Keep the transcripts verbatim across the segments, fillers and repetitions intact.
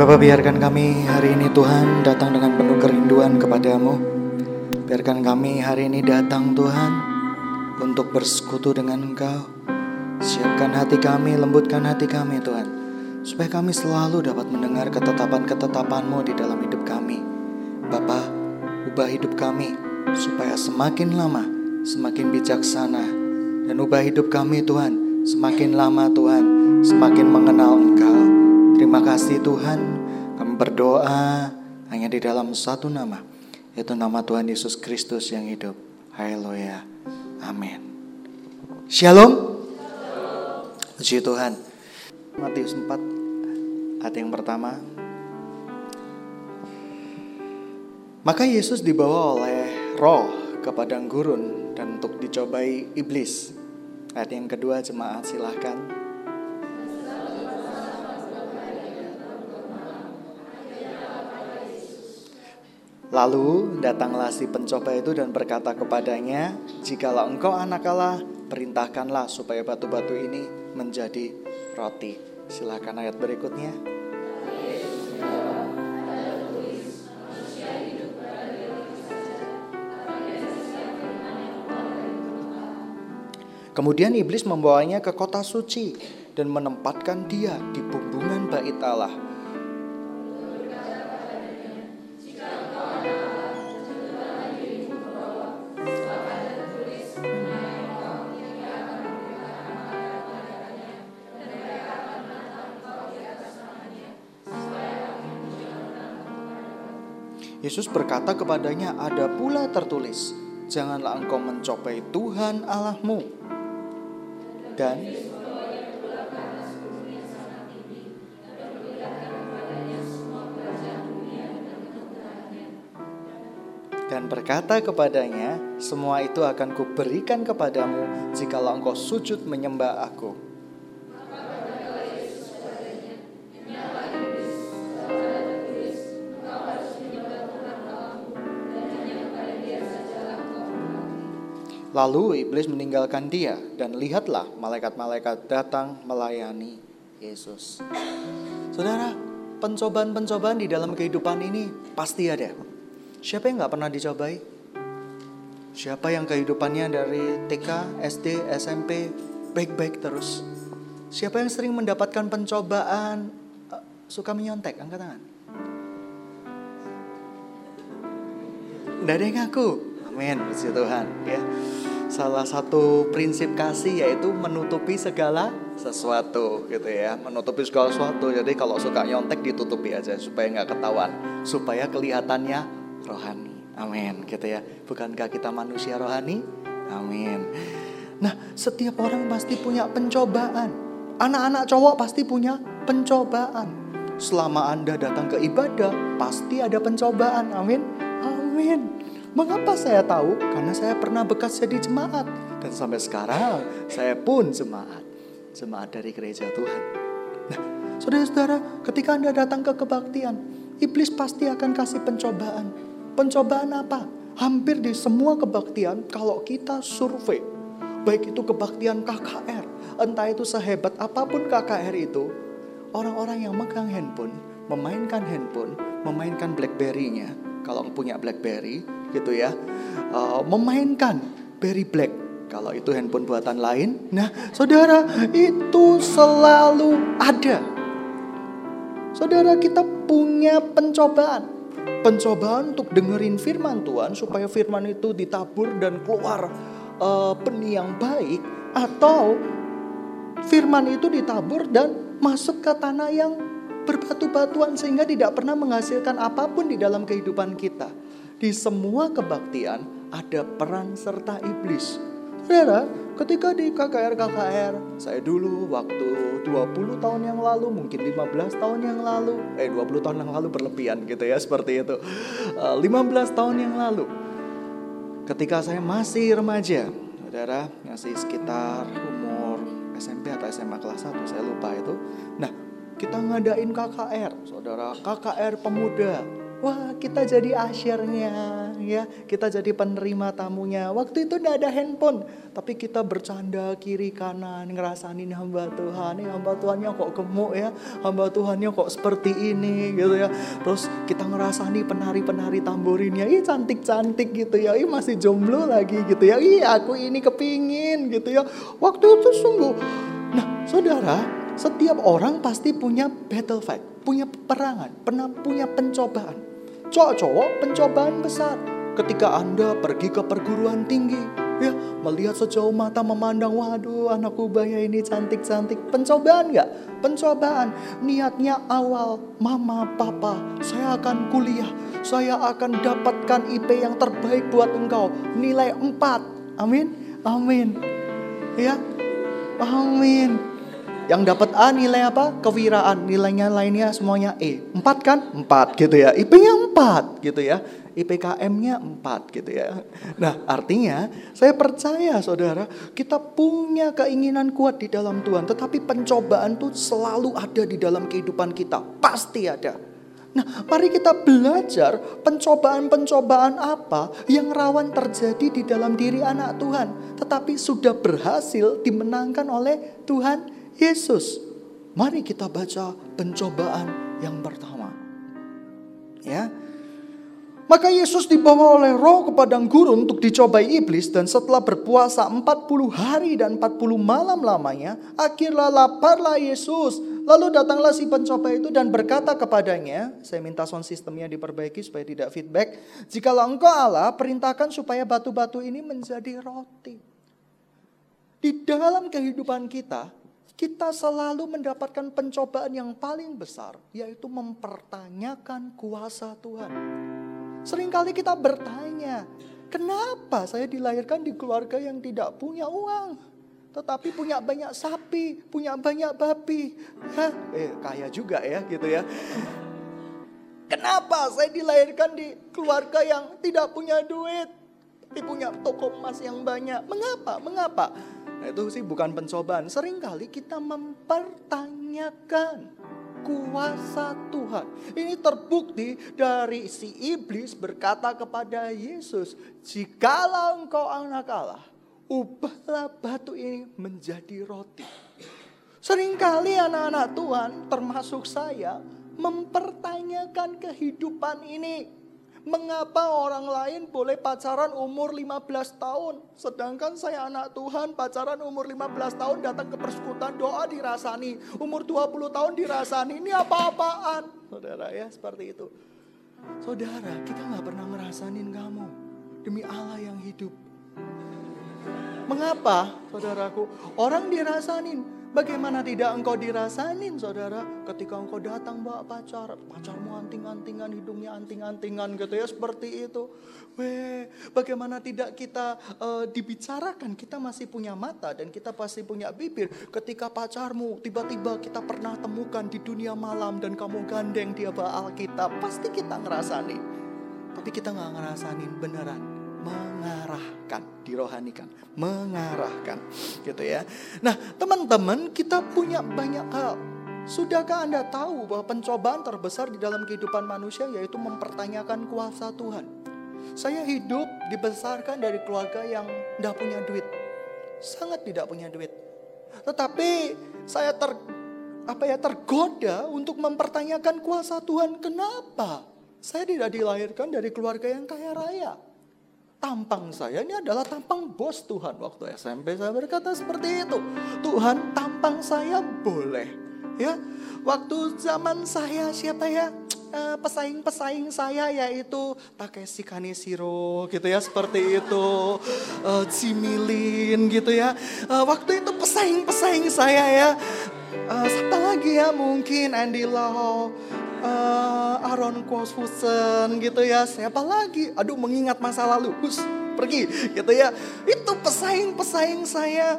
Bapa, biarkan kami hari ini Tuhan datang dengan penuh kerinduan kepadamu. Biarkan kami hari ini datang Tuhan untuk bersekutu dengan Engkau. Siapkan hati kami, lembutkan hati kami Tuhan, supaya kami selalu dapat mendengar ketetapan-ketetapan-Mu di dalam hidup kami. Bapa, ubah hidup kami supaya semakin lama semakin bijaksana, dan ubah hidup kami Tuhan semakin lama Tuhan semakin mengenal Engkau. Terima kasih Tuhan. Kami berdoa hanya di dalam satu nama, yaitu nama Tuhan Yesus Kristus yang hidup. Haleluya. Amin. Shalom. Puji Tuhan. Matius empat ayat yang pertama. Maka Yesus dibawa oleh Roh ke padang gurun dan untuk dicobai iblis. Ayat yang kedua, jemaat silahkan. Lalu datanglah si pencoba itu dan berkata kepadanya, jikalau engkau anak Allah, perintahkanlah supaya batu-batu ini menjadi roti. Silakan ayat berikutnya. Kemudian iblis membawanya ke kota suci dan menempatkan dia di bumbungan bait Allah. Yesus berkata kepadanya, ada pula tertulis, janganlah engkau mencobai Tuhan Allahmu. Dan dan berkata kepadanya, semua itu akan kuberikan kepadamu jikalau engkau sujud menyembah aku. Lalu iblis meninggalkan dia, dan lihatlah malaikat-malaikat datang melayani Yesus. Saudara, pencobaan-pencobaan di dalam kehidupan ini pasti ada. Siapa yang gak pernah dicobai? Siapa yang kehidupannya dari T K, S D, S M P baik-baik terus? Siapa yang sering mendapatkan pencobaan uh, suka menyontek? Angkat tangan. Gak ada yang ngaku. Amin, puji Tuhan ya. Salah satu prinsip kasih yaitu menutupi segala sesuatu gitu ya. Menutupi segala sesuatu. Jadi kalau suka nyontek ditutupi aja supaya gak ketahuan, supaya kelihatannya rohani. Amin gitu ya. Bukankah kita manusia rohani? Amin. Nah, setiap orang pasti punya pencobaan. Anak-anak cowok pasti punya pencobaan. Selama Anda datang ke ibadah pasti ada pencobaan. Amin. Amin. Mengapa saya tahu? Karena saya pernah bekas jadi jemaat. Dan sampai sekarang saya pun jemaat. Jemaat dari gereja Tuhan. Nah, saudara-saudara, ketika Anda datang ke kebaktian, iblis pasti akan kasih pencobaan. Pencobaan apa? Hampir di semua kebaktian, kalau kita survei, baik itu kebaktian K K R, entah itu sehebat apapun K K R itu, orang-orang yang megang handphone, memainkan handphone, memainkan BlackBerry-nya, kalau punya BlackBerry, gitu ya, uh, memainkan Berry Black kalau itu handphone buatan lain. Nah, saudara, itu selalu ada. Saudara, kita punya pencobaan, pencobaan untuk dengerin firman Tuhan supaya firman itu ditabur dan keluar uh, benih yang baik, atau firman itu ditabur dan masuk ke tanah yang berbatu-batuan sehingga tidak pernah menghasilkan apapun di dalam kehidupan kita. Di semua kebaktian ada peran serta iblis. Saudara, ketika di K K R K K R, saya dulu waktu dua puluh tahun yang lalu, mungkin lima belas tahun yang lalu, eh dua puluh tahun yang lalu berlebihan gitu ya, seperti itu. Uh, lima belas tahun yang lalu, ketika saya masih remaja, saudara, masih sekitar umur S M P atau S M A kelas satu, saya lupa itu. Nah, kita ngadain K K R, saudara, K K R pemuda. Wah, kita jadi asyarnya ya. Kita jadi penerima tamunya. Waktu itu tidak ada handphone, tapi kita bercanda kiri kanan, ngerasain hamba Tuhan. Eh, hamba Tuhannya kok gemuk ya, hamba Tuhannya kok seperti ini gitu ya. Terus kita ngerasain penari-penari tamborinnya, ih cantik-cantik gitu ya. Ih masih jomblo lagi gitu ya. Ih aku ini kepingin gitu ya. Waktu itu sungguh. Nah saudara, setiap orang pasti punya battle fight, punya peperangan, pernah punya pencobaan. Cowok-cowok pencobaan besar. Ketika Anda pergi ke perguruan tinggi, ya melihat sejauh mata memandang, waduh anakku Ubaya ini cantik-cantik. Pencobaan gak? Pencobaan. Niatnya awal, mama, papa, saya akan kuliah. Saya akan dapatkan I P yang terbaik buat engkau. Nilai empat. Amin. Amin. Ya. Amin. Yang dapat A nilai apa? Kewiraan. Nilainya lainnya semuanya E. Empat kan? Empat gitu ya. I P-nya empat gitu ya. I P K M-nya empat gitu ya. Nah artinya saya percaya saudara, kita punya keinginan kuat di dalam Tuhan. Tetapi pencobaan tuh selalu ada di dalam kehidupan kita. Pasti ada. Nah mari kita belajar pencobaan-pencobaan apa yang rawan terjadi di dalam diri anak Tuhan. Tetapi sudah berhasil dimenangkan oleh Tuhan Yesus. Mari kita baca pencobaan yang pertama. Ya. Maka Yesus dibawa oleh Roh ke padang gurun untuk dicobai iblis, dan setelah berpuasa empat puluh hari dan empat puluh malam lamanya, akhirnya laparlah Yesus. Lalu datanglah si pencoba itu dan berkata kepadanya, saya minta sound systemnya diperbaiki supaya tidak feedback. Jikalau engkau Allah, perintahkan supaya batu-batu ini menjadi roti. Di dalam kehidupan kita, kita selalu mendapatkan pencobaan yang paling besar, yaitu mempertanyakan kuasa Tuhan. Seringkali kita bertanya, kenapa saya dilahirkan di keluarga yang tidak punya uang, tetapi punya banyak sapi, punya banyak babi. Hah? Eh, kaya juga ya gitu ya. Kenapa saya dilahirkan di keluarga yang tidak punya duit, tapi punya toko emas yang banyak? Mengapa? Mengapa? Nah, itu sih bukan pencobaan. Seringkali kita mempertanyakan kuasa Tuhan. Ini terbukti dari si iblis berkata kepada Yesus, jikalau engkau anak Allah, ubahlah batu ini menjadi roti. Seringkali anak-anak Tuhan termasuk saya mempertanyakan kehidupan ini. Mengapa orang lain boleh pacaran umur lima belas tahun, sedangkan saya anak Tuhan pacaran umur lima belas tahun, datang ke persekutuan doa dirasani, umur dua puluh tahun dirasani, ini apa-apaan? Saudara ya seperti itu. Saudara, kita gak pernah ngerasanin kamu demi Allah yang hidup. Mengapa saudaraku? Orang dirasanin. Bagaimana tidak engkau dirasanin saudara, ketika engkau datang bawa pacar, pacarmu anting-antingan, hidungnya anting-antingan gitu ya, seperti itu. Weh, bagaimana tidak kita uh, dibicarakan, kita masih punya mata dan kita pasti punya bibir. Ketika pacarmu tiba-tiba kita pernah temukan di dunia malam dan kamu gandeng dia bawa Alkitab, pasti kita ngerasanin. Tapi kita gak ngerasanin beneran. Mengarahkan, dirohanikan, mengarahkan gitu ya. Nah teman-teman, kita punya banyak hal. Sudahkah Anda tahu bahwa pencobaan terbesar di dalam kehidupan manusia yaitu mempertanyakan kuasa Tuhan? Saya hidup dibesarkan dari keluarga yang tidak punya duit, sangat tidak punya duit. Tetapi saya ter, apa ya, tergoda untuk mempertanyakan kuasa Tuhan. Kenapa saya tidak dilahirkan dari keluarga yang kaya raya? Tampang saya ini adalah tampang bos Tuhan. Waktu S M P saya berkata seperti itu. Tuhan, tampang saya boleh. Ya, waktu zaman saya siapa ya? Uh, pesaing-pesaing saya yaitu Takeshi Kaneshiro gitu ya, seperti itu. Uh, Jimmy Lin gitu ya. Uh, waktu itu pesaing-pesaing saya ya. Uh, siapa lagi ya? Mungkin Andy Lau. Uh, Aaron Kwok-Fusen gitu ya, siapa lagi? Aduh, mengingat masa lalu, hus, pergi gitu ya. Itu pesaing-pesaing saya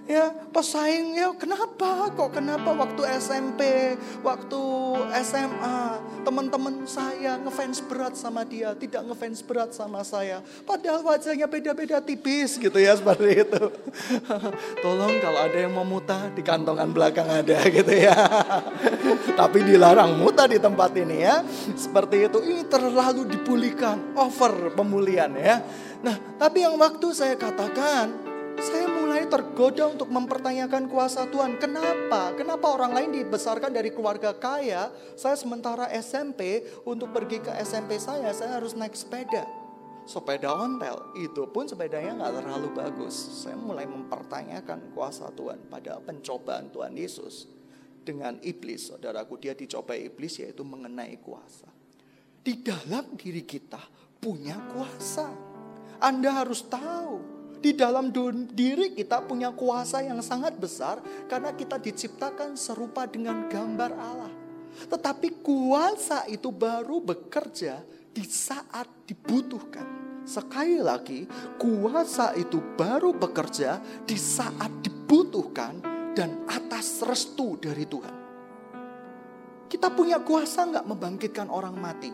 Ya, pesaing ya kenapa? Kok kenapa waktu S M P, waktu S M A, teman-teman saya ngefans berat sama dia, tidak ngefans berat sama saya. Padahal wajahnya beda-beda tipis gitu ya, seperti itu. Tolong kalau ada yang mau muta di kantongan belakang ada gitu ya. Tapi dilarang muta di tempat ini ya. Seperti itu, ini terlalu dibulikan, over pemulihan ya. Nah, tapi yang waktu saya katakan, saya mulai tergoda untuk mempertanyakan kuasa Tuhan. Kenapa? Kenapa orang lain dibesarkan dari keluarga kaya? Saya sementara S M P, untuk pergi ke S M P saya, saya harus naik sepeda. Sepeda ontel, itu pun sepedanya gak terlalu bagus. Saya mulai mempertanyakan kuasa Tuhan pada pencobaan Tuhan Yesus. Dengan iblis, saudaraku, dia dicobai iblis yaitu mengenai kuasa. Di dalam diri kita punya kuasa. Anda harus tahu. Di dalam diri kita punya kuasa yang sangat besar karena kita diciptakan serupa dengan gambar Allah. Tetapi kuasa itu baru bekerja di saat dibutuhkan. Sekali lagi, kuasa itu baru bekerja di saat dibutuhkan dan atas restu dari Tuhan. Kita punya kuasa nggak membangkitkan orang mati?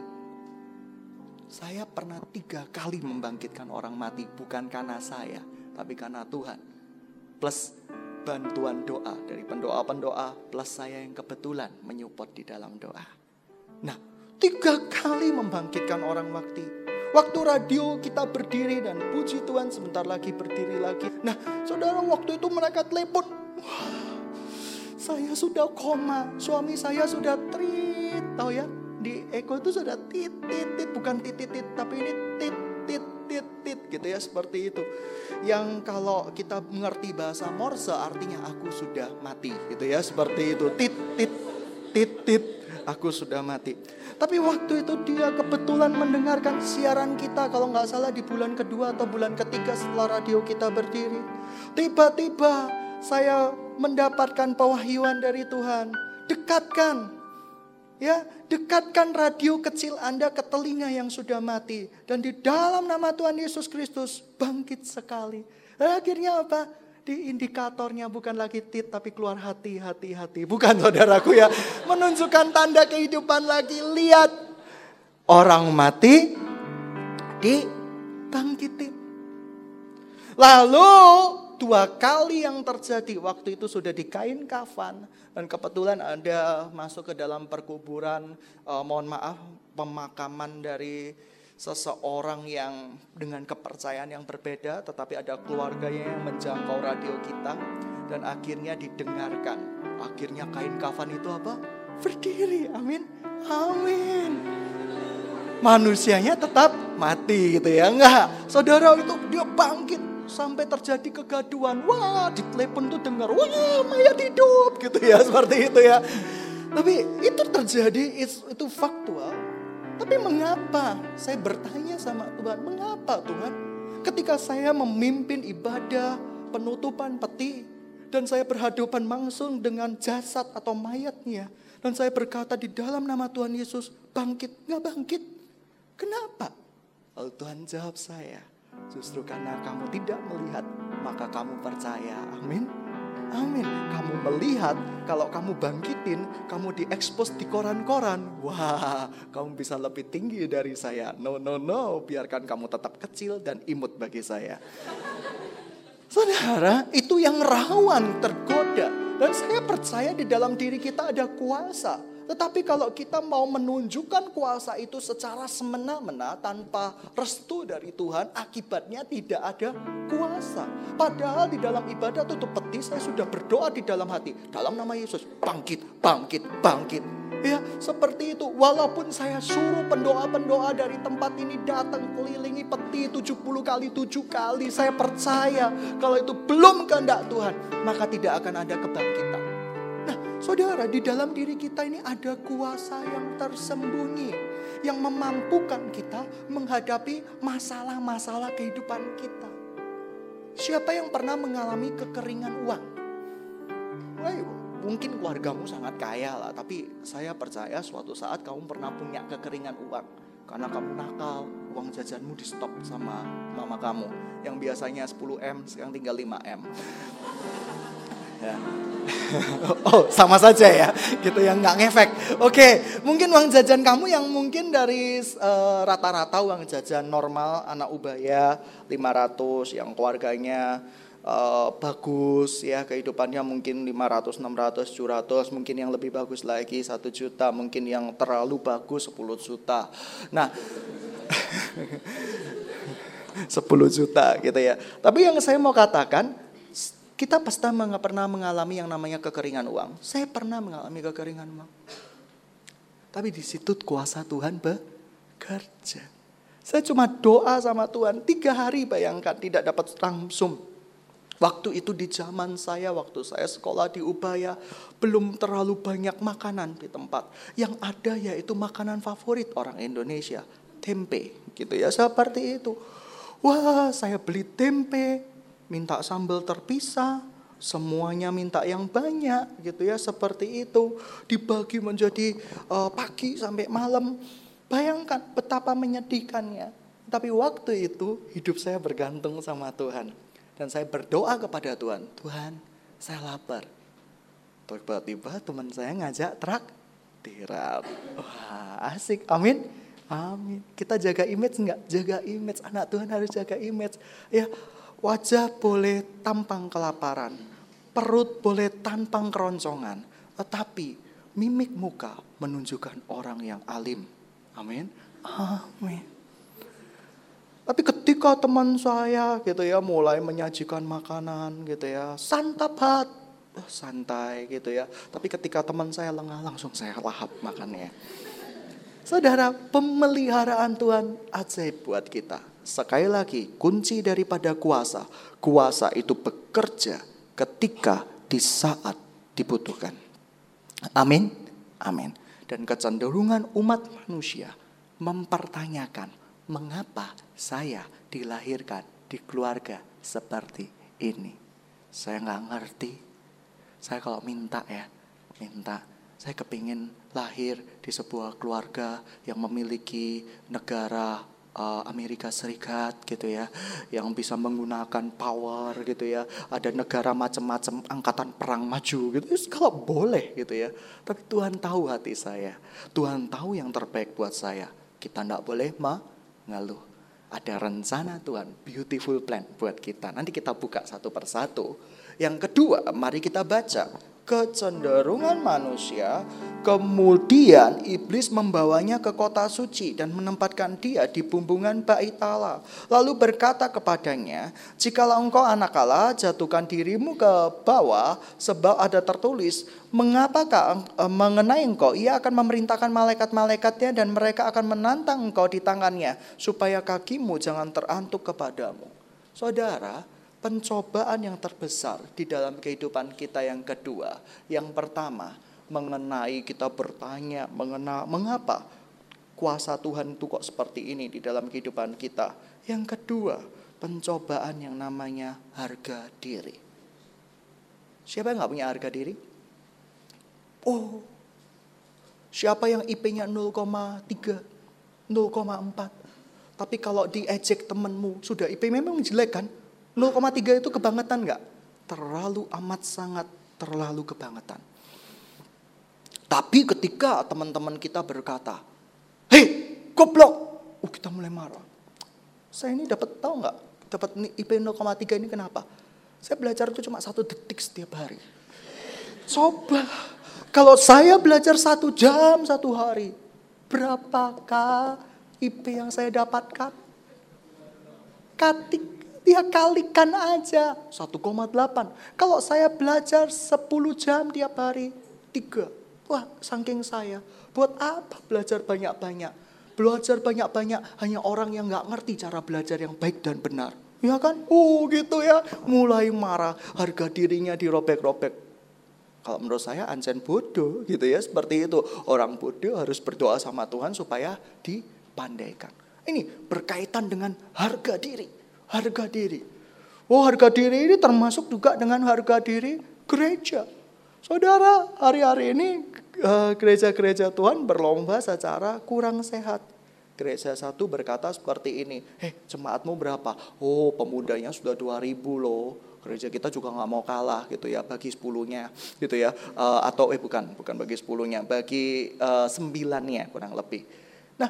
Saya pernah tiga kali membangkitkan orang mati. Bukan karena saya, tapi karena Tuhan. Plus bantuan doa dari pendoa-pendoa. Plus saya yang kebetulan menyupport di dalam doa. Nah, tiga kali membangkitkan orang mati. Waktu radio kita berdiri dan puji Tuhan sebentar lagi berdiri lagi. Nah, saudara, waktu itu mereka telepon. Wah, saya sudah koma. Suami saya sudah trit. Tahu ya? Di Eko itu sudah titit-tit, bukan titit-tit, tapi ini tit-tit-tit gitu ya, seperti itu. Yang kalau kita mengerti bahasa Morse artinya aku sudah mati gitu ya, seperti itu. Tit-tit-tit-tit, aku sudah mati. Tapi waktu itu dia kebetulan mendengarkan siaran kita, kalau nggak salah di bulan kedua atau bulan ketiga setelah radio kita berdiri. Tiba-tiba saya mendapatkan pewahyuan dari Tuhan. Dekatkan. Ya, dekatkan radio kecil Anda ke telinga yang sudah mati. Dan di dalam nama Tuhan Yesus Kristus bangkit sekali. Dan akhirnya apa? Di indikatornya bukan lagi tit tapi keluar hati, hati, hati. Bukan, saudaraku ya. Menunjukkan tanda kehidupan lagi. Lihat. Orang mati dibangkitin. Lalu dua kali yang terjadi. Waktu itu sudah di kain kafan. Dan kebetulan Anda masuk ke dalam perkuburan, eh, mohon maaf, pemakaman dari seseorang yang dengan kepercayaan yang berbeda. Tetapi ada keluarganya yang menjangkau radio kita. Dan akhirnya didengarkan. Akhirnya kain kafan itu apa? Berdiri, amin, amin. Manusianya tetap mati gitu ya. Enggak, saudara, itu dia bangkit. Sampai terjadi kegaduhan. Wah, di telepon tuh dengar, wah, mayat hidup gitu ya, seperti itu ya. Tapi itu terjadi, itu faktual. Tapi mengapa? Saya bertanya sama Tuhan, mengapa Tuhan? Ketika saya memimpin ibadah penutupan peti dan saya berhadapan langsung dengan jasad atau mayatnya, dan saya berkata di dalam nama Tuhan Yesus, bangkit, nggak bangkit. Kenapa? Lalu Tuhan jawab saya, justru karena kamu tidak melihat, maka kamu percaya. Amin. Amin. Kamu melihat, kalau kamu bangkitin, kamu diekspos di koran-koran. Wah, kamu bisa lebih tinggi dari saya. No, no, no. Biarkan kamu tetap kecil dan imut bagi saya. Saudara, itu yang rawan tergoda. Dan saya percaya di dalam diri kita ada kuasa. Tetapi kalau kita mau menunjukkan kuasa itu secara semena-mena tanpa restu dari Tuhan, akibatnya tidak ada kuasa. Padahal di dalam ibadah tutup peti saya sudah berdoa di dalam hati. Dalam nama Yesus, bangkit, bangkit, bangkit. Ya, seperti itu. Walaupun saya suruh pendoa-pendoa dari tempat ini datang kelilingi peti tujuh puluh kali tujuh kali. Saya percaya kalau itu belum kehendak Tuhan, maka tidak akan ada kebangkitan. Saudara, di dalam diri kita ini ada kuasa yang tersembunyi, yang memampukan kita menghadapi masalah-masalah kehidupan kita. Siapa yang pernah mengalami kekeringan uang? Wah, mungkin keluargamu sangat kaya lah, tapi saya percaya suatu saat kamu pernah punya kekeringan uang. Karena kamu nakal, uang jajanmu di stop sama mama kamu. Yang biasanya sepuluh M, sekarang tinggal lima M. Ya. Oh, sama saja ya, gitu yang nggak ngefek. Oke, mungkin uang jajan kamu yang mungkin dari uh, rata-rata uang jajan normal anak ubaya lima ratus, yang keluarganya uh, bagus ya, kehidupannya mungkin lima ratus, enam ratus, tujuh ratus, mungkin yang lebih bagus lagi satu juta, mungkin yang terlalu bagus sepuluh juta. Nah, sepuluh juta gitu ya. Tapi yang saya mau katakan, kita pasti pernah mengalami yang namanya kekeringan uang. Saya pernah mengalami kekeringan uang. Tapi di situ kuasa Tuhan bekerja. Saya cuma doa sama Tuhan. Tiga hari bayangkan tidak dapat langsung. Waktu itu di zaman saya, waktu saya sekolah di Ubaya, belum terlalu banyak makanan di tempat. Yang ada yaitu makanan favorit orang Indonesia. Tempe gitu ya, seperti itu. Wah, saya beli tempe. Minta sambal terpisah, semuanya minta yang banyak gitu ya, seperti itu. Dibagi menjadi uh, pagi sampai malam. Bayangkan betapa menyedihkannya. Tapi waktu itu hidup saya bergantung sama Tuhan. Dan saya berdoa kepada Tuhan, Tuhan saya lapar. Tiba-tiba teman saya ngajak traktiran. Wah, asik, amin. Amin. Kita jaga image enggak? Jaga image, anak Tuhan harus jaga image. Ya, wajah boleh tampang kelaparan, perut boleh tampang keroncongan, tetapi mimik muka menunjukkan orang yang alim. Amin. Amin. Tapi ketika teman saya gitu ya mulai menyajikan makanan gitu ya, santap hat, oh, santai gitu ya. Tapi ketika teman saya lengah langsung saya lahap makannya. Saudara, pemeliharaan Tuhan ajaib buat kita. Sekali lagi, kunci daripada kuasa. Kuasa itu bekerja ketika di saat dibutuhkan. Amin. Amin. Dan kecenderungan umat manusia mempertanyakan, mengapa saya dilahirkan di keluarga seperti ini? Saya gak ngerti. Saya kalau minta ya, minta. Saya kepingin lahir di sebuah keluarga yang memiliki negara uh, Amerika Serikat gitu ya, yang bisa menggunakan power gitu ya. Ada negara macam-macam angkatan perang maju gitu. Kalau boleh gitu ya. Tapi Tuhan tahu hati saya. Tuhan tahu yang terbaik buat saya. Kita tidak boleh mengeluh. Ada rencana Tuhan, beautiful plan buat kita. Nanti kita buka satu persatu. Yang kedua, mari kita baca. Kecenderungan manusia, kemudian iblis membawanya ke kota suci dan menempatkan dia di bumbungan bait Allah. Lalu berkata kepadanya, jikalau engkau anak Allah, jatuhkan dirimu ke bawah, sebab ada tertulis, mengapakah mengenai engkau, ia akan memerintahkan malaikat-malaikatnya dan mereka akan menantang engkau di tangannya, supaya kakimu jangan terantuk kepadamu. Saudara, pencobaan yang terbesar di dalam kehidupan kita yang kedua. Yang pertama, mengenai kita bertanya, mengenal mengapa kuasa Tuhan itu kok seperti ini di dalam kehidupan kita. Yang kedua, pencobaan yang namanya harga diri. Siapa yang gak punya harga diri? Oh, siapa yang I P-nya nol koma tiga, nol koma empat. Tapi kalau diejek temanmu, sudah I P memang jelek kan? nol koma tiga itu kebangetan gak? Terlalu amat sangat terlalu kebangetan. Tapi ketika teman-teman kita berkata, hei goblok, oh kita mulai marah. Saya ini dapat tahu gak? Dapat I P nol koma tiga ini kenapa? Saya belajar itu cuma satu detik setiap hari. Coba, kalau saya belajar satu jam satu hari, berapakah I P yang saya dapatkan? Katik. Dia kalikan aja satu koma delapan. Kalau saya belajar sepuluh jam tiap hari, tiga. Wah, saking saya. Buat apa belajar banyak-banyak? Belajar banyak-banyak hanya orang yang gak ngerti cara belajar yang baik dan benar. Ya kan? Oh gitu ya. Mulai marah, harga dirinya dirobek-robek. Kalau menurut saya ancen bodoh gitu ya. Seperti itu. Orang bodoh harus berdoa sama Tuhan supaya dipandaikan. Ini berkaitan dengan harga diri. Harga diri. Oh, harga diri ini termasuk juga dengan harga diri gereja. Saudara, hari-hari ini uh, gereja-gereja Tuhan berlomba secara kurang sehat. Gereja satu berkata seperti ini, "Eh, jemaatmu berapa?" "Oh, pemudanya sudah dua ribu loh." gereja kita juga nggak mau kalah gitu ya, bagi sepuluhnya gitu ya, uh, atau eh bukan bukan bagi sepuluhnya, bagi uh, sembilannya kurang lebih. Nah,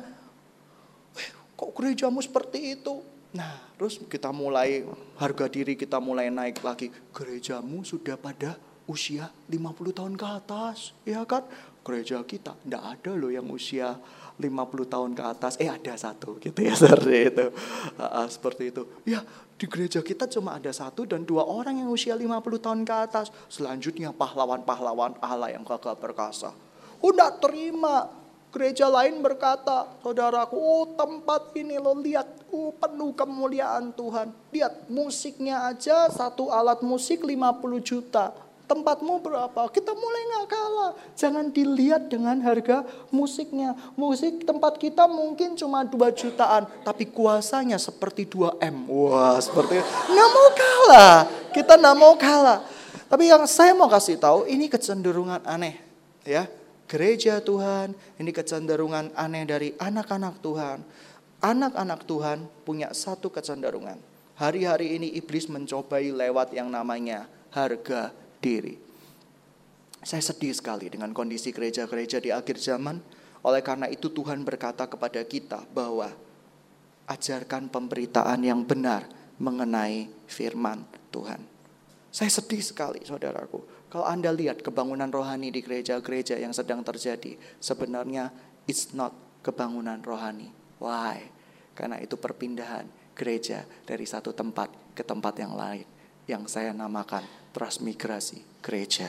eh, kok gerejamu seperti itu? Nah, terus kita mulai harga diri kita mulai naik lagi. Gerejamu sudah pada usia lima puluh tahun ke atas, ya kan? Gereja kita enggak ada loh yang usia lima puluh tahun ke atas. Eh ada satu gitu ya, seperti itu. Uh, seperti itu. Ya, di gereja kita cuma ada satu dan dua orang yang usia lima puluh tahun ke atas. Selanjutnya pahlawan-pahlawan Allah yang gagah perkasa. Oh, enggak terima. Gereja lain berkata, saudaraku, oh tempat ini lo lihat, oh penuh kemuliaan Tuhan. Lihat musiknya aja, satu alat musik lima puluh juta. Tempatmu berapa? Kita mulai gak kalah. Jangan dilihat dengan harga musiknya. Musik tempat kita mungkin cuma dua jutaan. Tapi kuasanya seperti dua M. Wah seperti itu. Gak mau kalah. Kita gak mau kalah. Tapi yang saya mau kasih tahu, ini kecenderungan aneh. Ya, gereja Tuhan, ini kecenderungan aneh dari anak-anak Tuhan. Anak-anak Tuhan punya satu kecenderungan. Hari-hari ini iblis mencobai lewat yang namanya harga diri. Saya sedih sekali dengan kondisi gereja-gereja di akhir zaman. Oleh karena itu Tuhan berkata kepada kita bahwa ajarkan pemberitaan yang benar mengenai firman Tuhan. Saya sedih sekali saudaraku. Kalau Anda lihat kebangunan rohani di gereja-gereja yang sedang terjadi, sebenarnya it's not kebangunan rohani. Why? Karena itu perpindahan gereja dari satu tempat ke tempat yang lain. Yang saya namakan transmigrasi gereja,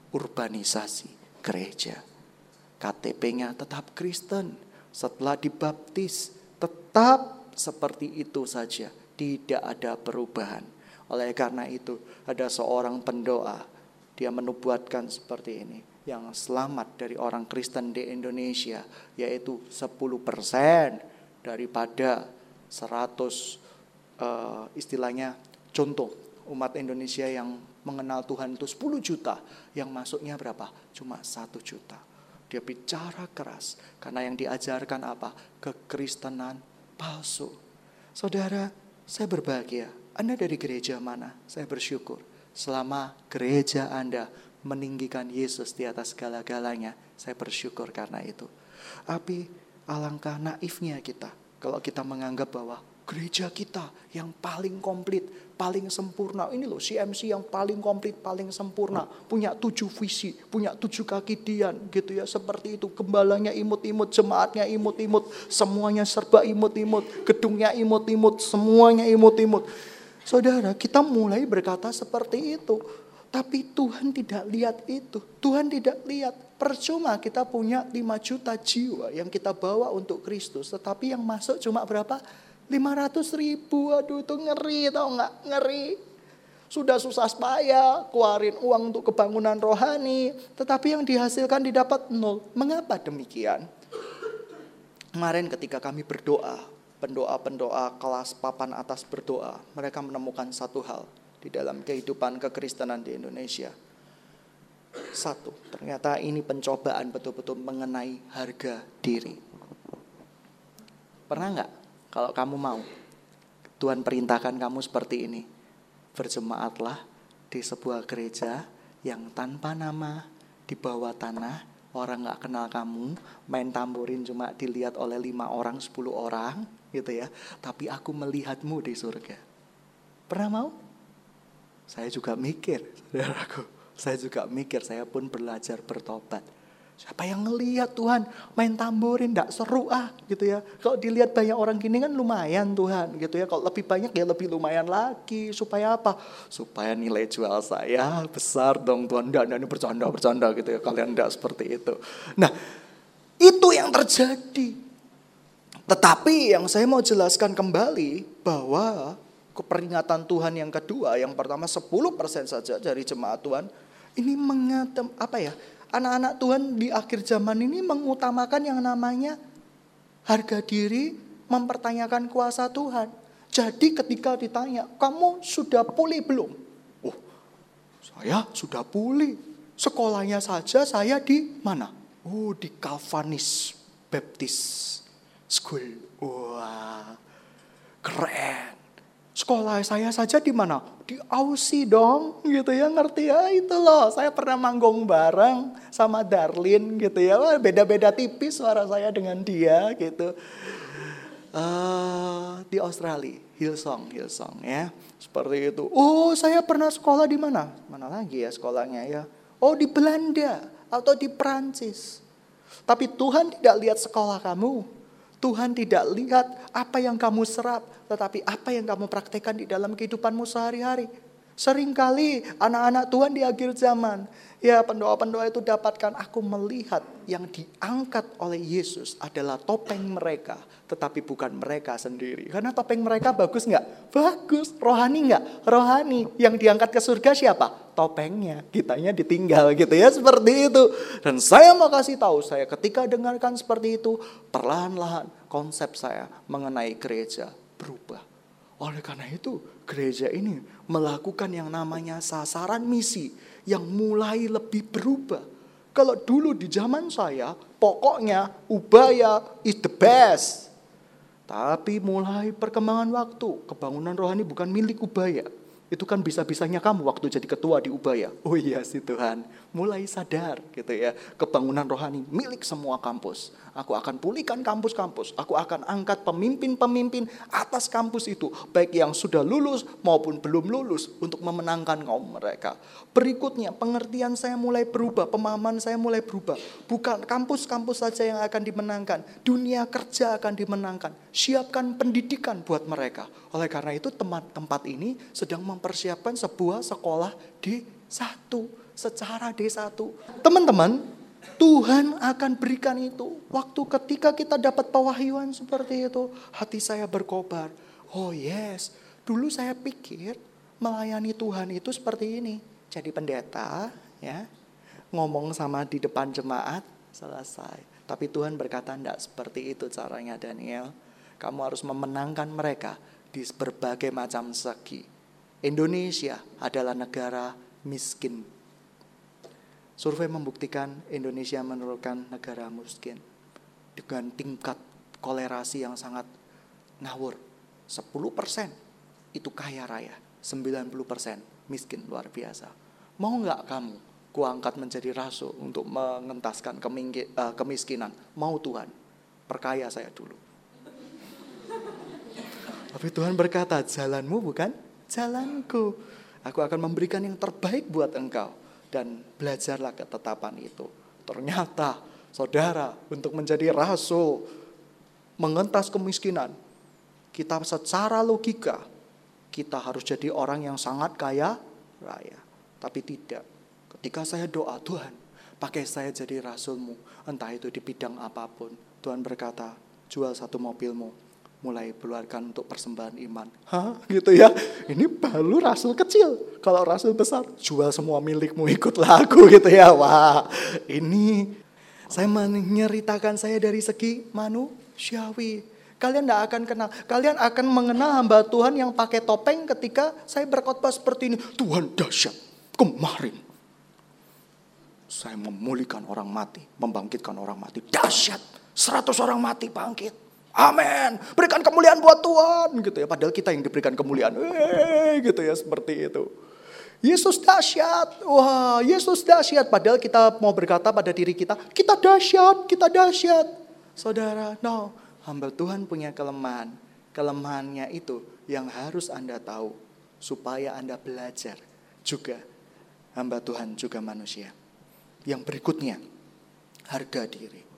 urbanisasi gereja. K T P-nya tetap Kristen, setelah dibaptis tetap seperti itu saja, tidak ada perubahan. Oleh karena itu ada seorang pendoa, dia menubuatkan seperti ini, yang selamat dari orang Kristen di Indonesia yaitu sepuluh persen daripada seratus uh, istilahnya contoh. Umat Indonesia yang mengenal Tuhan itu sepuluh juta. Yang masuknya berapa? Cuma satu juta. Dia bicara keras. Karena yang diajarkan apa? Kekristenan palsu. Saudara, saya berbahagia. Anda dari gereja mana? Saya bersyukur. Selama gereja Anda meninggikan Yesus di atas segala-galanya, saya bersyukur karena itu. Tapi alangkah naifnya kita kalau kita menganggap bahwa gereja kita yang paling komplit, paling sempurna. Ini loh C M C yang paling komplit, paling sempurna. Punya tujuh visi, punya tujuh kaki dian gitu ya. Seperti itu, gembalanya imut-imut, jemaatnya imut-imut. Semuanya serba imut-imut, gedungnya imut-imut, semuanya imut-imut. Saudara, kita mulai berkata seperti itu. Tapi Tuhan tidak lihat itu. Tuhan tidak lihat. Percuma kita punya lima juta jiwa yang kita bawa untuk Kristus. Tetapi yang masuk cuma berapa? lima ratus ribu, aduh itu ngeri, tau gak? Ngeri. Sudah susah payah, keluarin uang untuk kebangunan rohani. Tetapi yang dihasilkan didapat nol. Mengapa demikian? Kemarin ketika kami berdoa, pendoa-pendoa kelas papan atas berdoa, mereka menemukan satu hal di dalam kehidupan kekristenan di Indonesia. Satu, ternyata ini pencobaan betul-betul mengenai harga diri. Pernah gak? Kalau kamu mau, Tuhan perintahkan kamu seperti ini. Berjemaatlah di sebuah gereja yang tanpa nama, di bawah tanah, orang gak kenal kamu, main tamborin cuma dilihat oleh lima orang, sepuluh orang, gitu ya. Tapi aku melihatmu di surga. Pernah mau? Saya juga mikir, saudaraku. Saya juga mikir, saya pun belajar bertobat. Siapa yang ngelihat Tuhan main tamborin gak seru ah gitu ya. Kalau dilihat banyak orang gini kan lumayan Tuhan gitu ya. Kalau lebih banyak ya lebih lumayan lagi. Supaya apa? Supaya nilai jual saya besar dong Tuhan. Nggak, ini bercanda-bercanda gitu ya. Kalian gak seperti itu. Nah itu yang terjadi. Tetapi yang saya mau jelaskan kembali bahwa keperingatan Tuhan yang kedua, yang pertama sepuluh persen saja dari jemaat Tuhan. Ini mengatem apa ya? Anak-anak Tuhan di akhir zaman ini mengutamakan yang namanya harga diri, mempertanyakan kuasa Tuhan. Jadi ketika ditanya, kamu sudah pulih belum? Oh, saya sudah pulih. Sekolahnya saja saya di mana? Oh, di Calvinist Baptist School. Wah, keren. Sekolah saya saja di mana? Di Aussie dong, gitu ya, ngerti ya, itu loh. Saya pernah manggung bareng sama Darlin gitu ya. Wah, beda-beda tipis suara saya dengan dia gitu. Uh, di Australia, Hillsong, Hillsong ya. Seperti itu. Oh, saya pernah sekolah di mana? Mana lagi ya sekolahnya ya? Oh, di Belanda atau di Prancis. Tapi Tuhan tidak lihat sekolah kamu. Tuhan tidak lihat apa yang kamu serap, tetapi apa yang kamu praktekkan di dalam kehidupanmu sehari-hari. Seringkali anak-anak Tuhan di akhir zaman, ya pendoa-pendoa itu dapatkan, aku melihat yang diangkat oleh Yesus adalah topeng mereka, tetapi bukan mereka sendiri. Karena topeng mereka bagus nggak? Bagus. Rohani nggak? Rohani. Yang diangkat ke surga siapa? Topengnya, kitanya ditinggal gitu ya, seperti itu. Dan saya mau kasih tahu, saya ketika dengarkan seperti itu, perlahan-lahan konsep saya mengenai gereja berubah. Oleh karena itu, gereja ini melakukan yang namanya sasaran misi yang mulai lebih berubah. Kalau dulu di zaman saya, pokoknya Ubaya is the best. Tapi mulai perkembangan waktu, kebangunan rohani bukan milik Ubaya. Itu kan bisa-bisanya kamu waktu jadi ketua di Ubaya. Oh iya sih Tuhan, mulai sadar gitu ya. Kebangunan rohani milik semua kampus. Aku akan pulihkan kampus-kampus. Aku akan angkat pemimpin-pemimpin atas kampus itu. Baik yang sudah lulus maupun belum lulus. Untuk memenangkan kaum mereka. Berikutnya pengertian saya mulai berubah. Pemahaman saya mulai berubah. Bukan kampus-kampus saja yang akan dimenangkan. Dunia kerja akan dimenangkan. Siapkan pendidikan buat mereka. Oleh karena itu tempat-tempat ini sedang mempersiapkan sebuah sekolah D satu. Secara D satu. Teman-teman, Tuhan akan berikan itu. Waktu ketika kita dapat pewahyuan seperti itu, hati saya berkobar. Oh yes, dulu saya pikir melayani Tuhan itu seperti ini. Jadi pendeta, ya, ngomong sama di depan jemaat, selesai. Tapi Tuhan berkata, enggak seperti itu caranya Daniel. Kamu harus memenangkan mereka di berbagai macam segi. Indonesia adalah negara miskin. Survei membuktikan Indonesia merupakan negara miskin. Dengan tingkat kolerasi yang sangat ngawur. sepuluh persen itu kaya raya. sembilan puluh persen miskin, luar biasa. Mau gak kamu kuangkat menjadi rasul untuk mengentaskan kemiskinan? Mau Tuhan? Perkaya saya dulu. Tapi Tuhan berkata, jalanmu bukan jalanku. Aku akan memberikan yang terbaik buat engkau. Dan belajarlah ketetapan itu. Ternyata, saudara, untuk menjadi rasul, mengentas kemiskinan, kita secara logika, kita harus jadi orang yang sangat kaya raya. Tapi tidak. Ketika saya doa, Tuhan, pakai saya jadi rasulmu. Entah itu di bidang apapun. Tuhan berkata, jual satu mobilmu. Mulai keluarkan untuk persembahan iman. Hah? Gitu ya. Ini baru rasul kecil. Kalau rasul besar, jual semua milikmu, ikutlah aku gitu ya. Wah, ini saya menyeritakan saya dari segi manusiawi. Kalian tidak akan kenal. Kalian akan mengenal hamba Tuhan yang pakai topeng ketika saya berkhotbah seperti ini. Tuhan dahsyat. Kemarin saya memulihkan orang mati, membangkitkan orang mati. Dahsyat. Seratus orang mati bangkit. Amin. Berikan kemuliaan buat Tuhan gitu ya. Padahal kita yang diberikan kemuliaan. Eh, gitu ya, seperti itu. Yesus dahsyat. Wah, Yesus dahsyat. Padahal kita mau berkata pada diri kita, kita dahsyat, kita dahsyat. Saudara, no. Hamba Tuhan punya kelemahan. Kelemahannya itu yang harus Anda tahu. Supaya Anda belajar juga. Hamba Tuhan juga manusia. Yang berikutnya, harga diri.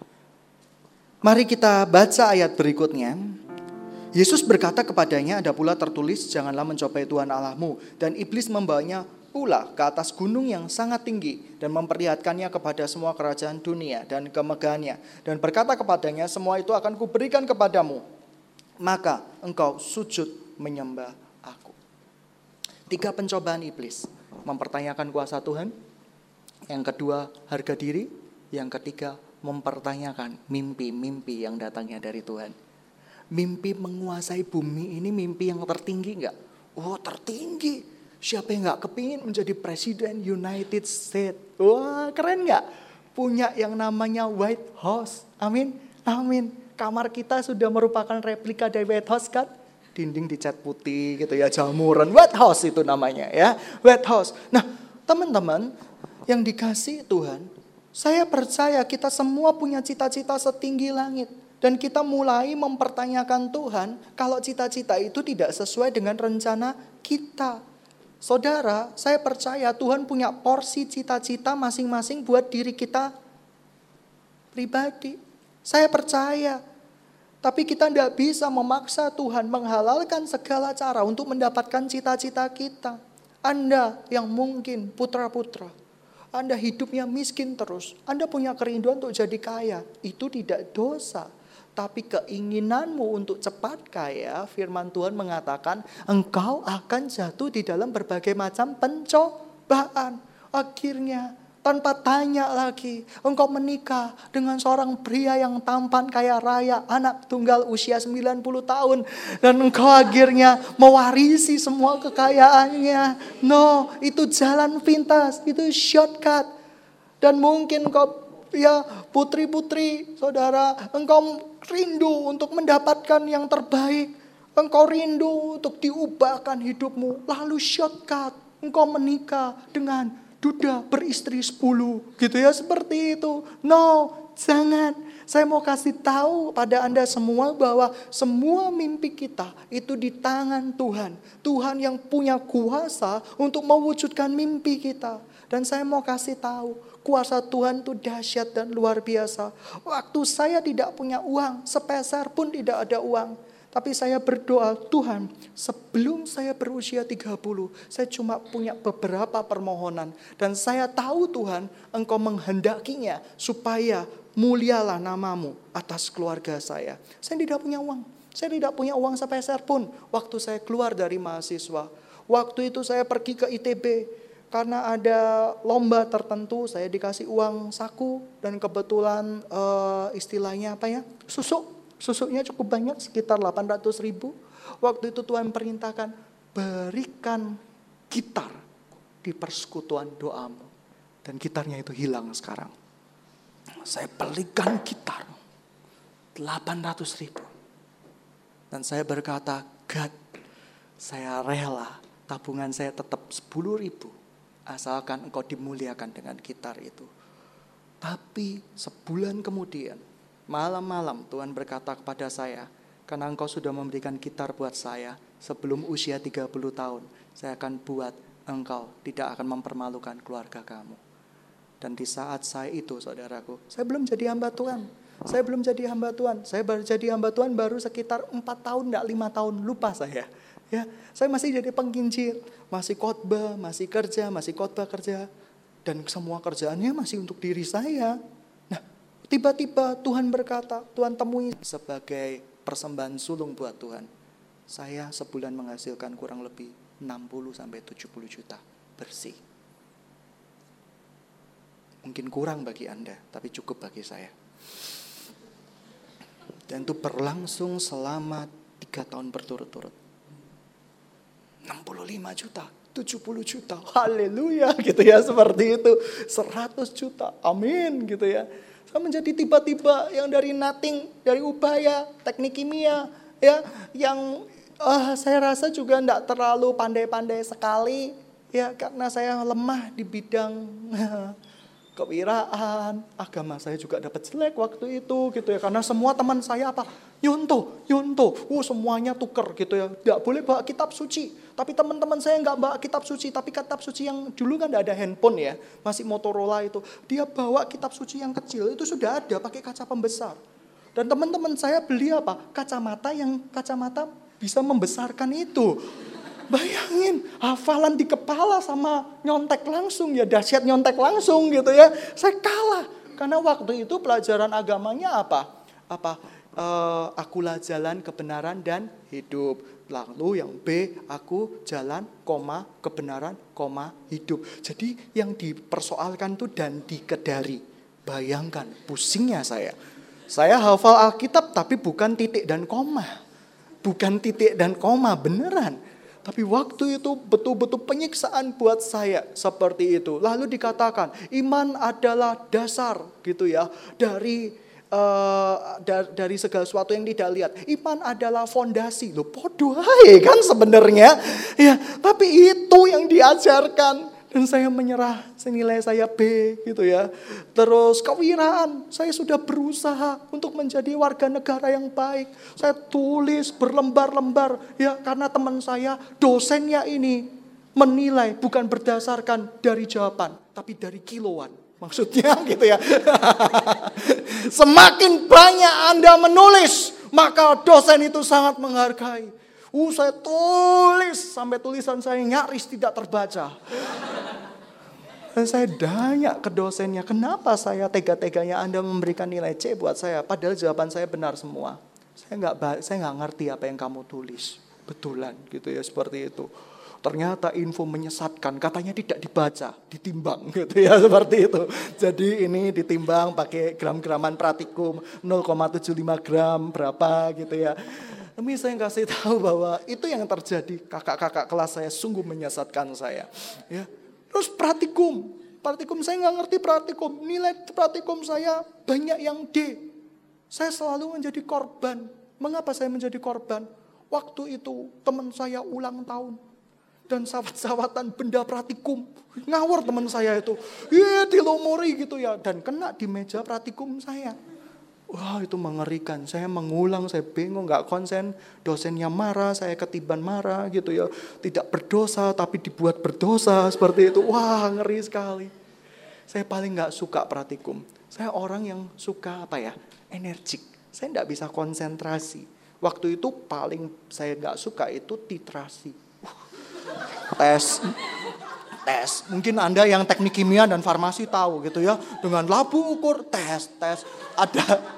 Mari kita baca ayat berikutnya. Yesus berkata kepadanya, ada pula tertulis, janganlah mencobai Tuhan Allahmu. Dan iblis membawanya pula ke atas gunung yang sangat tinggi dan memperlihatkannya kepada semua kerajaan dunia dan kemegahannya. Dan berkata kepadanya, semua itu akan kuberikan kepadamu. Maka engkau sujud menyembah aku. Tiga pencobaan iblis. Mempertanyakan kuasa Tuhan. Yang kedua, harga diri. Yang ketiga, mempertanyakan mimpi-mimpi yang datangnya dari Tuhan. Mimpi menguasai bumi ini mimpi yang tertinggi enggak? Oh, tertinggi. Siapa yang enggak kepingin menjadi presiden United States? Wah, keren enggak? Punya yang namanya White House. Amin. Amin. Kamar kita sudah merupakan replika dari White House kan? dinding dicat putih gitu ya, jamuran, white house itu namanya ya, white house. Nah, teman-teman yang dikasihi Tuhan, saya percaya kita semua punya cita-cita setinggi langit. Dan kita mulai mempertanyakan Tuhan kalau cita-cita itu tidak sesuai dengan rencana kita. Saudara, saya percaya Tuhan punya porsi cita-cita masing-masing buat diri kita pribadi. Saya percaya. Tapi kita tidak bisa memaksa Tuhan menghalalkan segala cara untuk mendapatkan cita-cita kita. Anda yang mungkin putra-putra, Anda hidupnya miskin terus, Anda punya kerinduan untuk jadi kaya, itu tidak dosa. Tapi keinginanmu untuk cepat kaya, firman Tuhan mengatakan engkau akan jatuh di dalam berbagai macam pencobaan. Akhirnya tanpa tanya lagi, engkau menikah dengan seorang pria yang tampan kaya raya, anak tunggal usia sembilan puluh tahun. Dan engkau akhirnya mewarisi semua kekayaannya. No, itu jalan pintas, itu shortcut. Dan mungkin engkau, ya putri-putri, saudara, engkau rindu untuk mendapatkan yang terbaik. Engkau rindu untuk diubahkan hidupmu. Lalu shortcut, engkau menikah dengan duda beristri sepuluh. Gitu ya, seperti itu. No, jangan. Saya mau kasih tahu pada Anda semua bahwa semua mimpi kita itu di tangan Tuhan. Tuhan yang punya kuasa untuk mewujudkan mimpi kita. Dan saya mau kasih tahu, kuasa Tuhan itu dahsyat dan luar biasa. Waktu saya tidak punya uang, sepeser pun tidak ada uang. Tapi saya berdoa, Tuhan, sebelum saya berusia tiga puluh, saya cuma punya beberapa permohonan. Dan saya tahu Tuhan, Engkau menghendakinya supaya mulialah namamu atas keluarga saya. Saya tidak punya uang. Saya tidak punya uang sepeser pun waktu saya keluar dari mahasiswa. Waktu itu saya pergi ke I T B. Karena ada lomba tertentu, saya dikasih uang saku. Dan kebetulan uh, istilahnya apa ya, susuk. Susuknya cukup banyak, sekitar delapan ratus ribu. Waktu itu Tuhan perintahkan, berikan gitar di persekutuan doamu. Dan gitarnya itu hilang sekarang. Saya belikan gitar, delapan ratus ribu. Dan saya berkata, God, saya rela tabungan saya tetap sepuluh ribu. Asalkan engkau dimuliakan dengan gitar itu. Tapi sebulan kemudian, malam-malam Tuhan berkata kepada saya, karena engkau sudah memberikan gitar buat saya, sebelum usia tiga puluh tahun, saya akan buat engkau tidak akan mempermalukan keluarga kamu. Dan di saat saya itu, saudaraku, saya belum jadi hamba Tuhan. Saya belum jadi hamba Tuhan. Saya baru jadi hamba Tuhan baru sekitar empat tahun, enggak lima tahun, lupa saya. Ya, saya masih jadi pengkincir, masih khotbah, masih kerja, masih khotbah kerja, dan semua kerjaannya masih untuk diri saya. Nah, tiba-tiba Tuhan berkata, Tuhan temui sebagai persembahan sulung buat Tuhan. Saya sebulan menghasilkan kurang lebih enam puluh sampai tujuh puluh juta bersih. Mungkin kurang bagi Anda, tapi cukup bagi saya. Dan itu berlangsung selama tiga tahun berturut-turut. enam puluh lima juta, tujuh puluh juta, haleluya gitu ya, seperti itu. seratus juta, amin gitu ya. Saya menjadi tiba-tiba yang dari nothing, dari upaya, teknik kimia, ya, yang uh, saya rasa juga tidak terlalu pandai-pandai sekali, ya, karena saya lemah di bidang kewiraan, agama saya juga dapat jelek waktu itu gitu ya, karena semua teman saya apa, yonto, yonto, oh semuanya tuker gitu ya, tidak boleh bawa kitab suci, tapi teman-teman saya nggak bawa kitab suci, tapi kitab suci yang dulu kan tidak ada handphone ya, masih Motorola itu, dia bawa kitab suci yang kecil itu sudah ada pakai kaca pembesar, dan teman-teman saya beli apa, kacamata yang kacamata bisa membesarkan itu. Bayangin, hafalan di kepala sama nyontek langsung ya, dahsyat nyontek langsung gitu ya. Saya kalah karena waktu itu pelajaran agamanya apa? Apa? E, akulah jalan kebenaran dan hidup. Lalu yang B, aku jalan, koma, kebenaran, koma, hidup. Jadi yang dipersoalkan tuh dan dikedari. Bayangkan, pusingnya saya. Saya hafal Alkitab tapi bukan titik dan koma. Bukan titik dan koma, beneran. Tapi waktu itu betul-betul penyiksaan buat saya seperti itu. Lalu dikatakan iman adalah dasar gitu ya dari uh, da- dari segala sesuatu yang tidak lihat. Iman adalah fondasi. Loh, podo ae kan sebenarnya. Ya, tapi itu yang diajarkan. Dan saya menyerah, senilai saya B gitu ya. Terus kewiraan, saya sudah berusaha untuk menjadi warga negara yang baik. Saya tulis berlembar-lembar ya, karena teman saya dosennya ini menilai bukan berdasarkan dari jawaban, tapi dari kiloan. Maksudnya gitu ya. Semakin banyak Anda menulis, maka dosen itu sangat menghargai. Uh, saya tulis sampai tulisan saya nyaris tidak terbaca. Dan saya tanya ke dosennya, kenapa saya tega-teganya Anda memberikan nilai C buat saya, padahal jawaban saya benar semua. Saya nggak saya nggak ngerti apa yang kamu tulis, betulan gitu ya, seperti itu. Ternyata info menyesatkan, katanya tidak dibaca, ditimbang gitu ya, seperti itu. Jadi ini ditimbang pakai gram-graman pratikum nol koma tujuh lima gram berapa gitu ya. Tapi saya kasih tahu bahwa itu yang terjadi, kakak-kakak kelas saya sungguh menyesatkan saya. Ya. Terus praktikum, praktikum saya nggak ngerti praktikum, nilai praktikum saya banyak yang D. Saya selalu menjadi korban. Mengapa saya menjadi korban? Waktu itu teman saya ulang tahun dan sawat-sawatan benda praktikum, ngawur teman saya itu, iya dilumuri gitu ya, dan kena di meja praktikum saya. Wah, itu mengerikan. Saya mengulang, saya bingung, nggak konsen. Dosennya marah, saya ketiban marah gitu ya. Tidak berdosa, tapi dibuat berdosa seperti itu. Wah, ngeri sekali. Saya paling nggak suka praktikum. Saya orang yang suka apa ya, energik. Saya nggak bisa konsentrasi. Waktu itu paling saya nggak suka itu titrasi. Uh, tes. Tes, mungkin Anda yang teknik kimia dan farmasi tahu gitu ya. Dengan labu ukur, tes, tes. Ada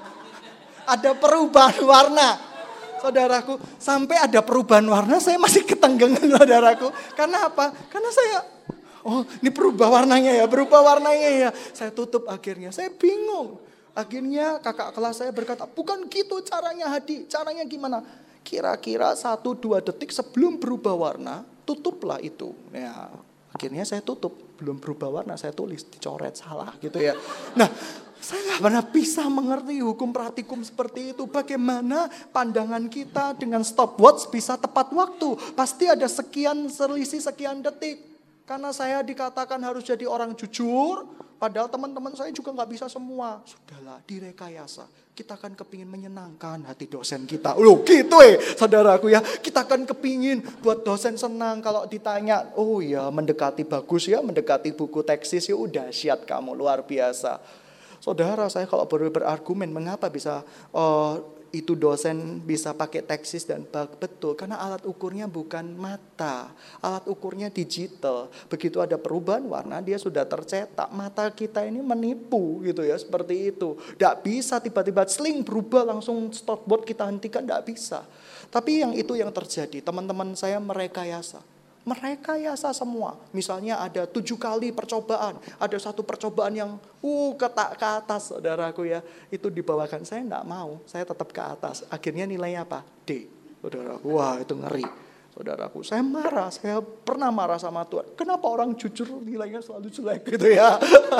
ada perubahan warna. Saudaraku, sampai ada perubahan warna saya masih ketenggengan saudaraku. Karena apa? Karena saya, oh ini berubah warnanya ya, berubah warnanya ya. Saya tutup akhirnya, saya bingung. Akhirnya kakak kelas saya berkata, bukan gitu caranya Hadi, caranya gimana? Kira-kira satu dua detik sebelum berubah warna, tutuplah itu. Ya. Akhirnya saya tutup, belum berubah warna, saya tulis, dicoret, salah gitu ya. Nah, saya nggak pernah bisa mengerti hukum praktikum seperti itu. Bagaimana pandangan kita dengan stopwatch bisa tepat waktu. Pasti ada sekian selisih sekian detik. Karena saya dikatakan harus jadi orang jujur, padahal teman-teman saya juga nggak bisa semua. Sudahlah, direkayasa. Kita akan kepingin menyenangkan hati dosen kita. Loh gitu eh, saudaraku ya. Kita akan kepingin buat dosen senang kalau ditanya. Oh ya, mendekati bagus ya, mendekati buku teksis ya udah dahsyat kamu, luar biasa. Saudara, saya kalau baru berargumen mengapa bisa uh, itu dosen bisa pakai teksis dan bug, betul karena alat ukurnya bukan mata, alat ukurnya digital. Begitu ada perubahan warna dia sudah tercetak. Mata kita ini menipu gitu ya, seperti itu. Tidak bisa tiba-tiba sling berubah langsung stopwatch kita hentikan, tidak bisa. Tapi yang itu yang terjadi, teman-teman saya merekayasa. Merekayasa semua. Misalnya ada tujuh kali percobaan. Ada satu percobaan yang uh ketak ke atas saudaraku ya. Itu dibawakan. Saya enggak mau. Saya tetap ke atas. Akhirnya nilainya apa? D. Saudaraku. Wah itu ngeri. Saudaraku. Saya marah. Saya pernah marah sama Tuhan. Kenapa orang jujur nilainya selalu jelek gitu ya.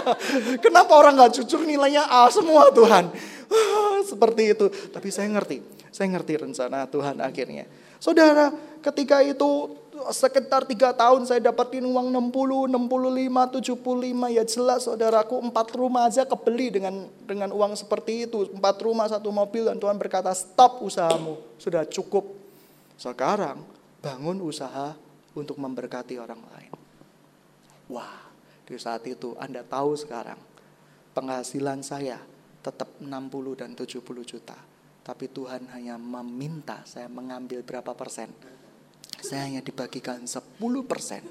Kenapa orang gak jujur nilainya A semua Tuhan. Seperti itu. Tapi saya ngerti. Saya ngerti rencana Tuhan akhirnya. Saudara ketika itu sekitar tiga tahun saya dapatin uang enam puluh, enam puluh lima, tujuh puluh lima. Ya jelas saudaraku empat rumah aja kebeli dengan dengan uang seperti itu. Empat rumah, satu mobil dan Tuhan berkata stop usahamu. Sudah cukup. Sekarang bangun usaha untuk memberkati orang lain. Wah di saat itu Anda tahu sekarang penghasilan saya tetap enam puluh dan tujuh puluh juta. Tapi Tuhan hanya meminta saya mengambil berapa persen. Saya hanya dibagikan sepuluh persen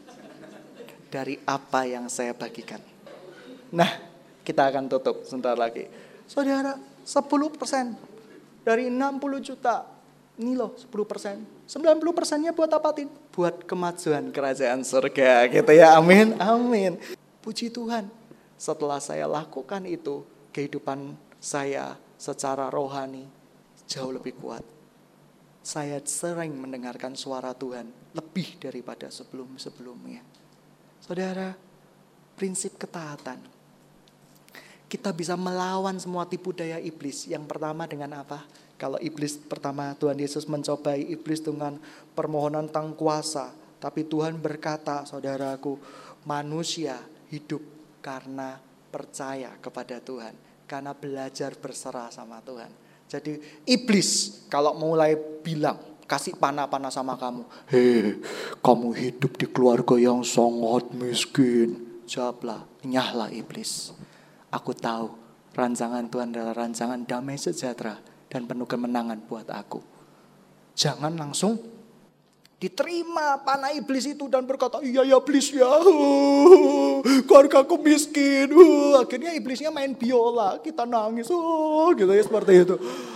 dari apa yang saya bagikan. Nah, kita akan tutup sebentar lagi. Saudara, sepuluh persen dari enam puluh juta. Ini loh sepuluh persen. sembilan puluh persennya buat apa, Tin? Buat kemajuan kerajaan surga gitu ya. Amin, amin. Puji Tuhan. Setelah saya lakukan itu, kehidupan saya secara rohani jauh lebih kuat. Saya sering mendengarkan suara Tuhan lebih daripada sebelum-sebelumnya. Saudara, prinsip ketaatan. kita bisa melawan semua tipu daya iblis. Yang pertama dengan apa? Kalau iblis pertama Tuhan Yesus mencobai iblis dengan permohonan tentang kuasa. Tapi Tuhan berkata, saudaraku, manusia hidup karena percaya kepada Tuhan. Karena belajar berserah sama Tuhan. Jadi iblis kalau mulai bilang, kasih panah-panah sama kamu. Hei, kamu hidup di keluarga yang sangat miskin. Jawablah, nyahlah iblis. Aku tahu rancangan Tuhan adalah rancangan damai sejahtera dan penuh kemenangan buat aku. Jangan langsung diterima panah iblis itu dan berkata, iya ya iblis ya, uh, keluarga aku miskin. Uh, akhirnya iblisnya main biola, kita nangis, oh, gitu ya seperti itu.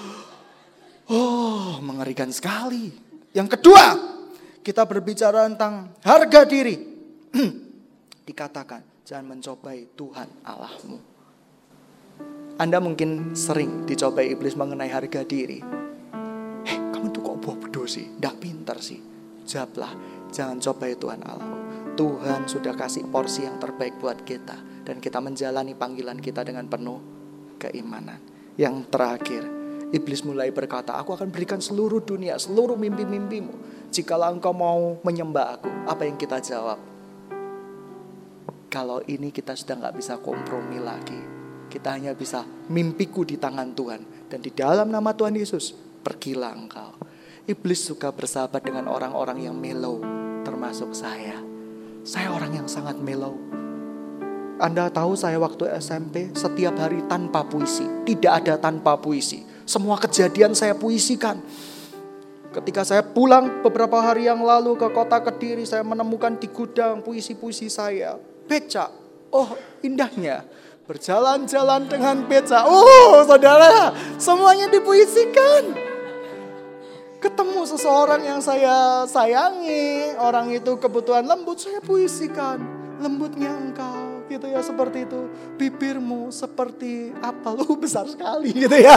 Oh, mengerikan sekali. Yang kedua, kita berbicara tentang harga diri. Dikatakan, jangan mencobai Tuhan Allahmu. Anda mungkin sering dicobai iblis mengenai harga diri. Hei, kamu tuh kok bodoh sih? Nggak pintar sih. Jawablah, jangan cobai Tuhan Allahmu. Tuhan sudah kasih porsi yang terbaik buat kita. Dan kita menjalani panggilan kita dengan penuh keimanan. Yang terakhir, iblis mulai berkata, aku akan berikan seluruh dunia, seluruh mimpi-mimpimu. Jikalau engkau mau menyembah aku, apa yang kita jawab? Kalau ini kita sudah gak bisa kompromi lagi. Kita hanya bisa mimpiku di tangan Tuhan. Dan di dalam nama Tuhan Yesus, pergilah engkau. Iblis suka bersahabat dengan orang-orang yang mellow, termasuk saya. Saya orang yang sangat mellow. Anda tahu saya waktu S M P setiap hari tanpa puisi. Tidak ada tanpa puisi. Semua kejadian saya puisikan. Ketika saya pulang beberapa hari yang lalu ke kota Kediri, saya menemukan di gudang puisi-puisi saya. Beca, oh indahnya. Berjalan-jalan dengan beca. Oh saudara, semuanya dipuisikan. Ketemu seseorang yang saya sayangi, orang itu kebutuhan lembut, saya puisikan. Lembutnya engkau, gitu ya, seperti itu. Bibirmu seperti apa? Lu besar sekali gitu ya.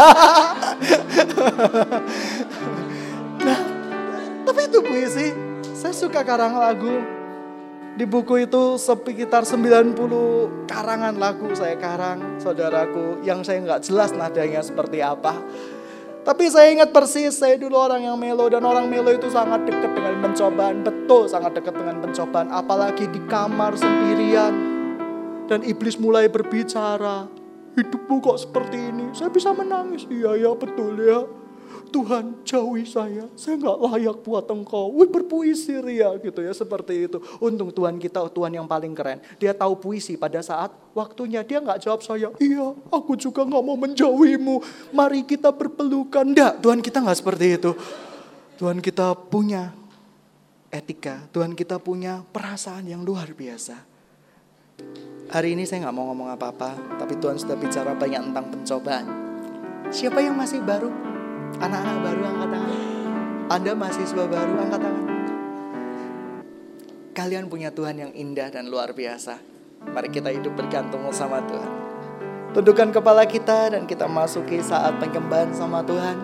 Nah, tapi itu puisi. Saya suka karang lagu. Di buku itu sekitar sembilan puluh karangan lagu saya karang, saudaraku, yang saya nggak jelas nadanya seperti apa. Tapi saya ingat persis, saya dulu orang yang melo, dan orang melo itu sangat dekat dengan pencobaan. Betul, sangat dekat dengan pencobaan. Apalagi di kamar sendirian. Dan iblis mulai berbicara, hidupmu kok seperti ini? Saya bisa menangis. Iya ya betul ya. Tuhan jauhi saya, saya gak layak buat engkau. Wih berpuisi Ria gitu ya, seperti itu. Untung Tuhan kita, Tuhan yang paling keren. Dia tahu puisi pada saat waktunya. Dia gak jawab saya, iya aku juga gak mau menjauhimu, mari kita berpelukan. Nggak, Tuhan kita gak seperti itu. Tuhan kita punya etika, Tuhan kita punya perasaan yang luar biasa. Hari ini saya gak mau ngomong apa-apa, tapi Tuhan sudah bicara banyak tentang pencobaan. Siapa yang masih baru? Anak-anak baru angkat tangan. Anda mahasiswa baru angkat tangan. Kalian punya Tuhan yang indah dan luar biasa. Mari kita hidup bergantung sama Tuhan. Tundukkan kepala kita dan kita masuki saat penyembahan sama Tuhan.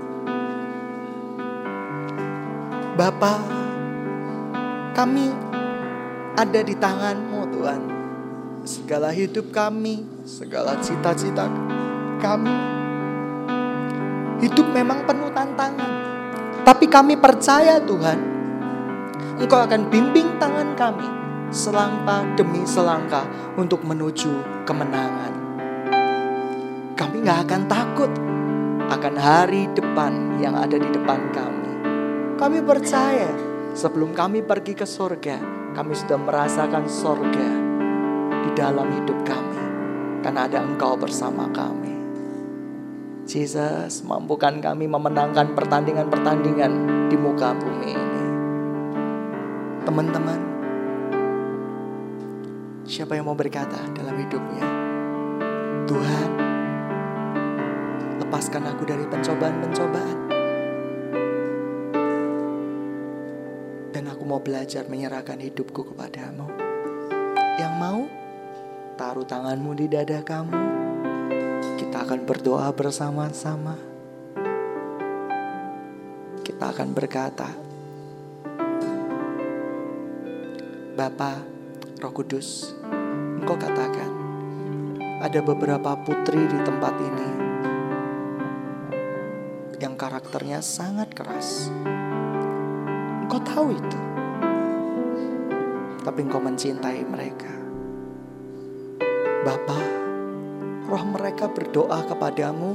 Bapa, kami ada di tangan-Mu Tuhan. Segala hidup kami, segala cita-cita kami. Hidup memang penuh tantangan. Tapi kami percaya Tuhan, Engkau akan bimbing tangan kami selangkah demi selangkah untuk menuju kemenangan. Kami gak akan takut akan hari depan yang ada di depan kami. Kami percaya sebelum kami pergi ke surga, kami sudah merasakan surga di dalam hidup kami. Karena ada Engkau bersama kami. Jesus, mampukan kami memenangkan pertandingan-pertandingan di muka bumi ini. Teman-teman, siapa yang mau berkata dalam hidupnya, Tuhan, lepaskan aku dari pencobaan-pencobaan. Dan aku mau belajar menyerahkan hidupku kepadamu. Yang mau, taruh tanganmu di dada kamu. Kita akan berdoa bersama-sama. Kita akan berkata, Bapa, Roh Kudus, Engkau katakan, ada beberapa putri di tempat ini yang karakternya sangat keras. Engkau tahu itu. Tapi Engkau mencintai mereka. Bapa, roh mereka berdoa kepadamu,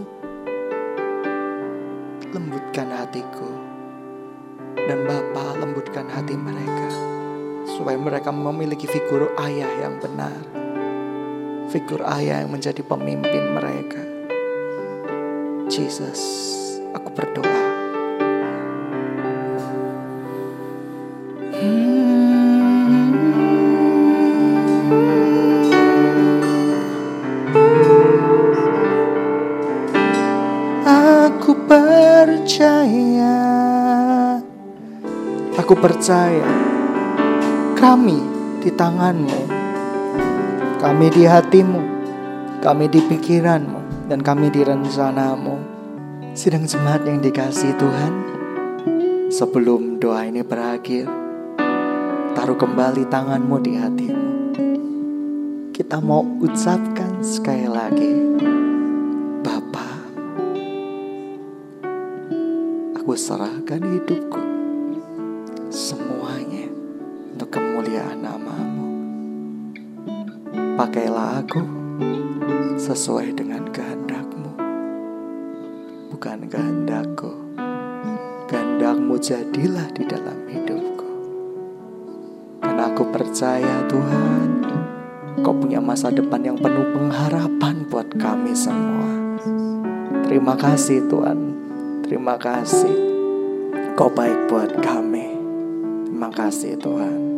lembutkan hatiku. Dan Bapa, lembutkan hati mereka, supaya mereka memiliki figur ayah yang benar. Figur ayah yang menjadi pemimpin mereka. Jesus, aku berdoa. Aku percaya, aku percaya kami di tangan-Mu, kami di hatimu, kami di pikiranmu, dan kami di rencanamu. Sidang jemaat yang dikasihi Tuhan, sebelum doa ini berakhir, taruh kembali tanganmu di hatimu. Kita mau ucapkan sekali lagi, Bapa, aku serahkan hidupku semuanya untuk kemuliaan nama-Mu. Pakailah aku sesuai dengan kehendak-Mu, bukan kehendakku. Kehendak-Mu jadilah di dalam hidupku. Karena aku percaya Tuhan, Kau punya masa depan yang penuh pengharapan buat kami semua. Terima kasih Tuhan, terima kasih. Kau baik buat kami. Terima kasih Tuhan.